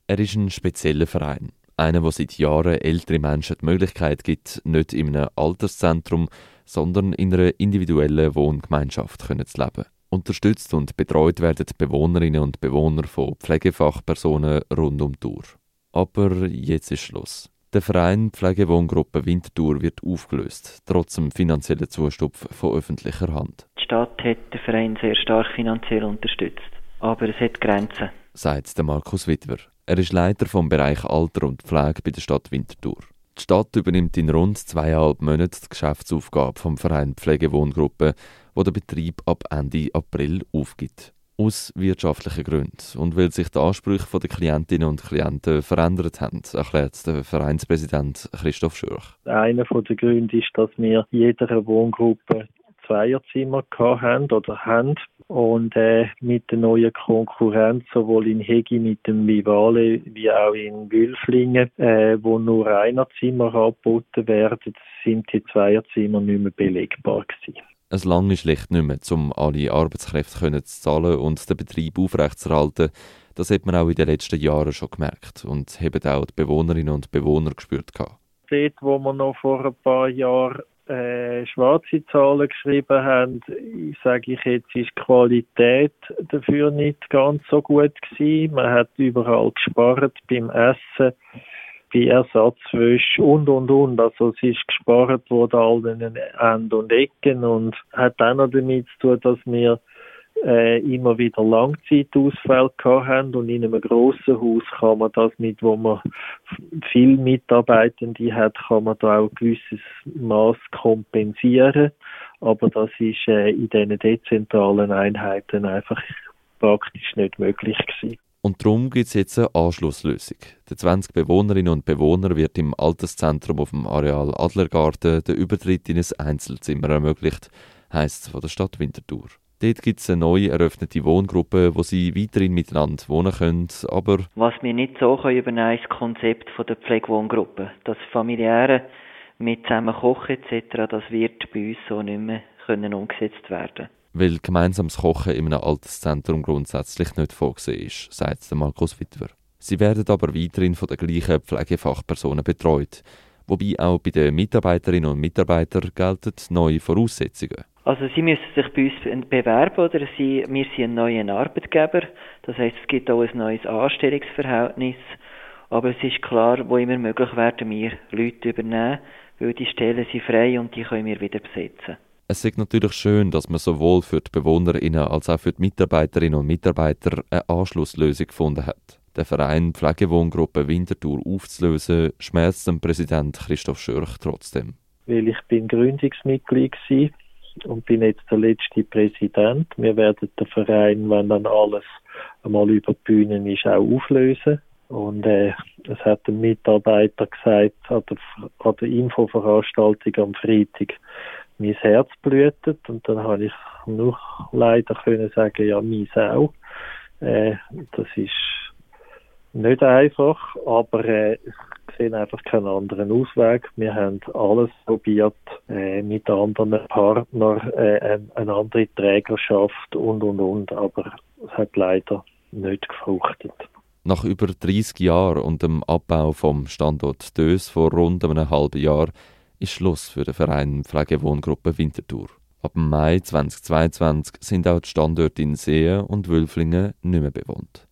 Er ist ein spezieller Verein. Einer, der seit Jahren älteren Menschen die Möglichkeit gibt, nicht in einem Alterszentrum, sondern in einer individuellen Wohngemeinschaft zu leben. Unterstützt und betreut werden die Bewohnerinnen und Bewohner von Pflegefachpersonen rund um die Uhr. Aber jetzt ist Schluss. Der Verein Pflegewohngruppe Winterthur wird aufgelöst, trotz dem finanziellen Zustupf von öffentlicher Hand. Die Stadt hat den Verein sehr stark finanziell unterstützt, aber es hat Grenzen, sagt der Markus Witwer. Er ist Leiter vom Bereich Alter und Pflege bei der Stadt Winterthur. Die Stadt übernimmt in rund 2,5 Monaten die Geschäftsaufgabe vom Verein Pflegewohngruppe, wo der Betrieb ab Ende April aufgibt. Aus wirtschaftlichen Gründen und weil sich die Ansprüche der Klientinnen und Klienten verändert haben, erklärt der Vereinspräsident Christoph Schürch. Einer der Gründe ist, dass wir in jeder Wohngruppe Zweierzimmer haben und mit der neuen Konkurrenz sowohl in Hegi mit dem Vivale wie auch in Wülflingen, wo nur Einerzimmer angeboten werden, sind die Zweierzimmer nicht mehr belegbar gewesen. Es lange schlicht nicht mehr, um alle Arbeitskräfte zu zahlen und den Betrieb aufrechtzuerhalten. Das hat man auch in den letzten Jahren schon gemerkt und haben auch die Bewohnerinnen und Bewohner gespürt. Dort, wo wir noch vor ein paar Jahren schwarze Zahlen geschrieben haben, sage ich jetzt, ist die Qualität dafür nicht ganz so gut gewesen. Man hat überall gespart beim Essen, bei Ersatzwäsche und. Also es ist gespart worden an allen Enden und Ecken und hat auch noch damit zu tun, dass wir immer wieder Langzeitausfälle haben und in einem grossen Haus kann man das mit, wo man viele Mitarbeitende hat, kann man da auch ein gewisses Maß kompensieren, aber das ist in diesen dezentralen Einheiten einfach praktisch nicht möglich gewesen. Und darum gibt es jetzt eine Anschlusslösung. Den 20 Bewohnerinnen und Bewohnern wird im Alterszentrum auf dem Areal Adlergarten der Übertritt in ein Einzelzimmer ermöglicht, heisst es von der Stadt Winterthur. Dort gibt es eine neu eröffnete Wohngruppe, wo sie weiterhin miteinander wohnen können, aber was wir nicht so übernehmen können, ist das Konzept der Pflegewohngruppe. Das Familiäre mit zusammen Kochen etc., das wird bei uns so nicht mehr umgesetzt werden. Weil gemeinsames Kochen in einem Alterszentrum grundsätzlich nicht vorgesehen ist, sagt Markus Witwer. Sie werden aber weiterhin von den gleichen Pflegefachpersonen betreut. Wobei auch bei den Mitarbeiterinnen und Mitarbeitern gelten neue Voraussetzungen. Also sie müssen sich bei uns bewerben oder wir sind ein neuer Arbeitgeber. Das heisst, es gibt auch ein neues Anstellungsverhältnis. Aber es ist klar, wo immer möglich werden wir Leute übernehmen, weil die Stellen sind frei und die können wir wieder besetzen. Es ist natürlich schön, dass man sowohl für die BewohnerInnen als auch für die Mitarbeiterinnen und Mitarbeiter eine Anschlusslösung gefunden hat. Den Verein Pflegewohngruppe Winterthur aufzulösen, schmerzt dem Präsident Christoph Schürch trotzdem. Weil ich bin Gründungsmitglied war und bin jetzt der letzte Präsident. Wir werden den Verein, wenn dann alles einmal über die Bühne ist, auch auflösen. Und es hat ein Mitarbeiter gesagt an der Infoveranstaltung am Freitag, mein Herz blutet. Und dann habe ich nur leider können sagen, ja, meins auch. Das ist nicht einfach, aber ich sehe einfach keinen anderen Ausweg. Wir haben alles probiert, mit anderen Partnern, eine andere Trägerschaft und, aber es hat leider nicht gefruchtet. Nach über 30 Jahren und dem Abbau vom Standort Dös vor rund einem halben Jahr ist Schluss für den Verein Pflegewohngruppe Winterthur. Ab Mai 2022 sind auch die Standorte in Seen und Wülflingen nicht mehr bewohnt.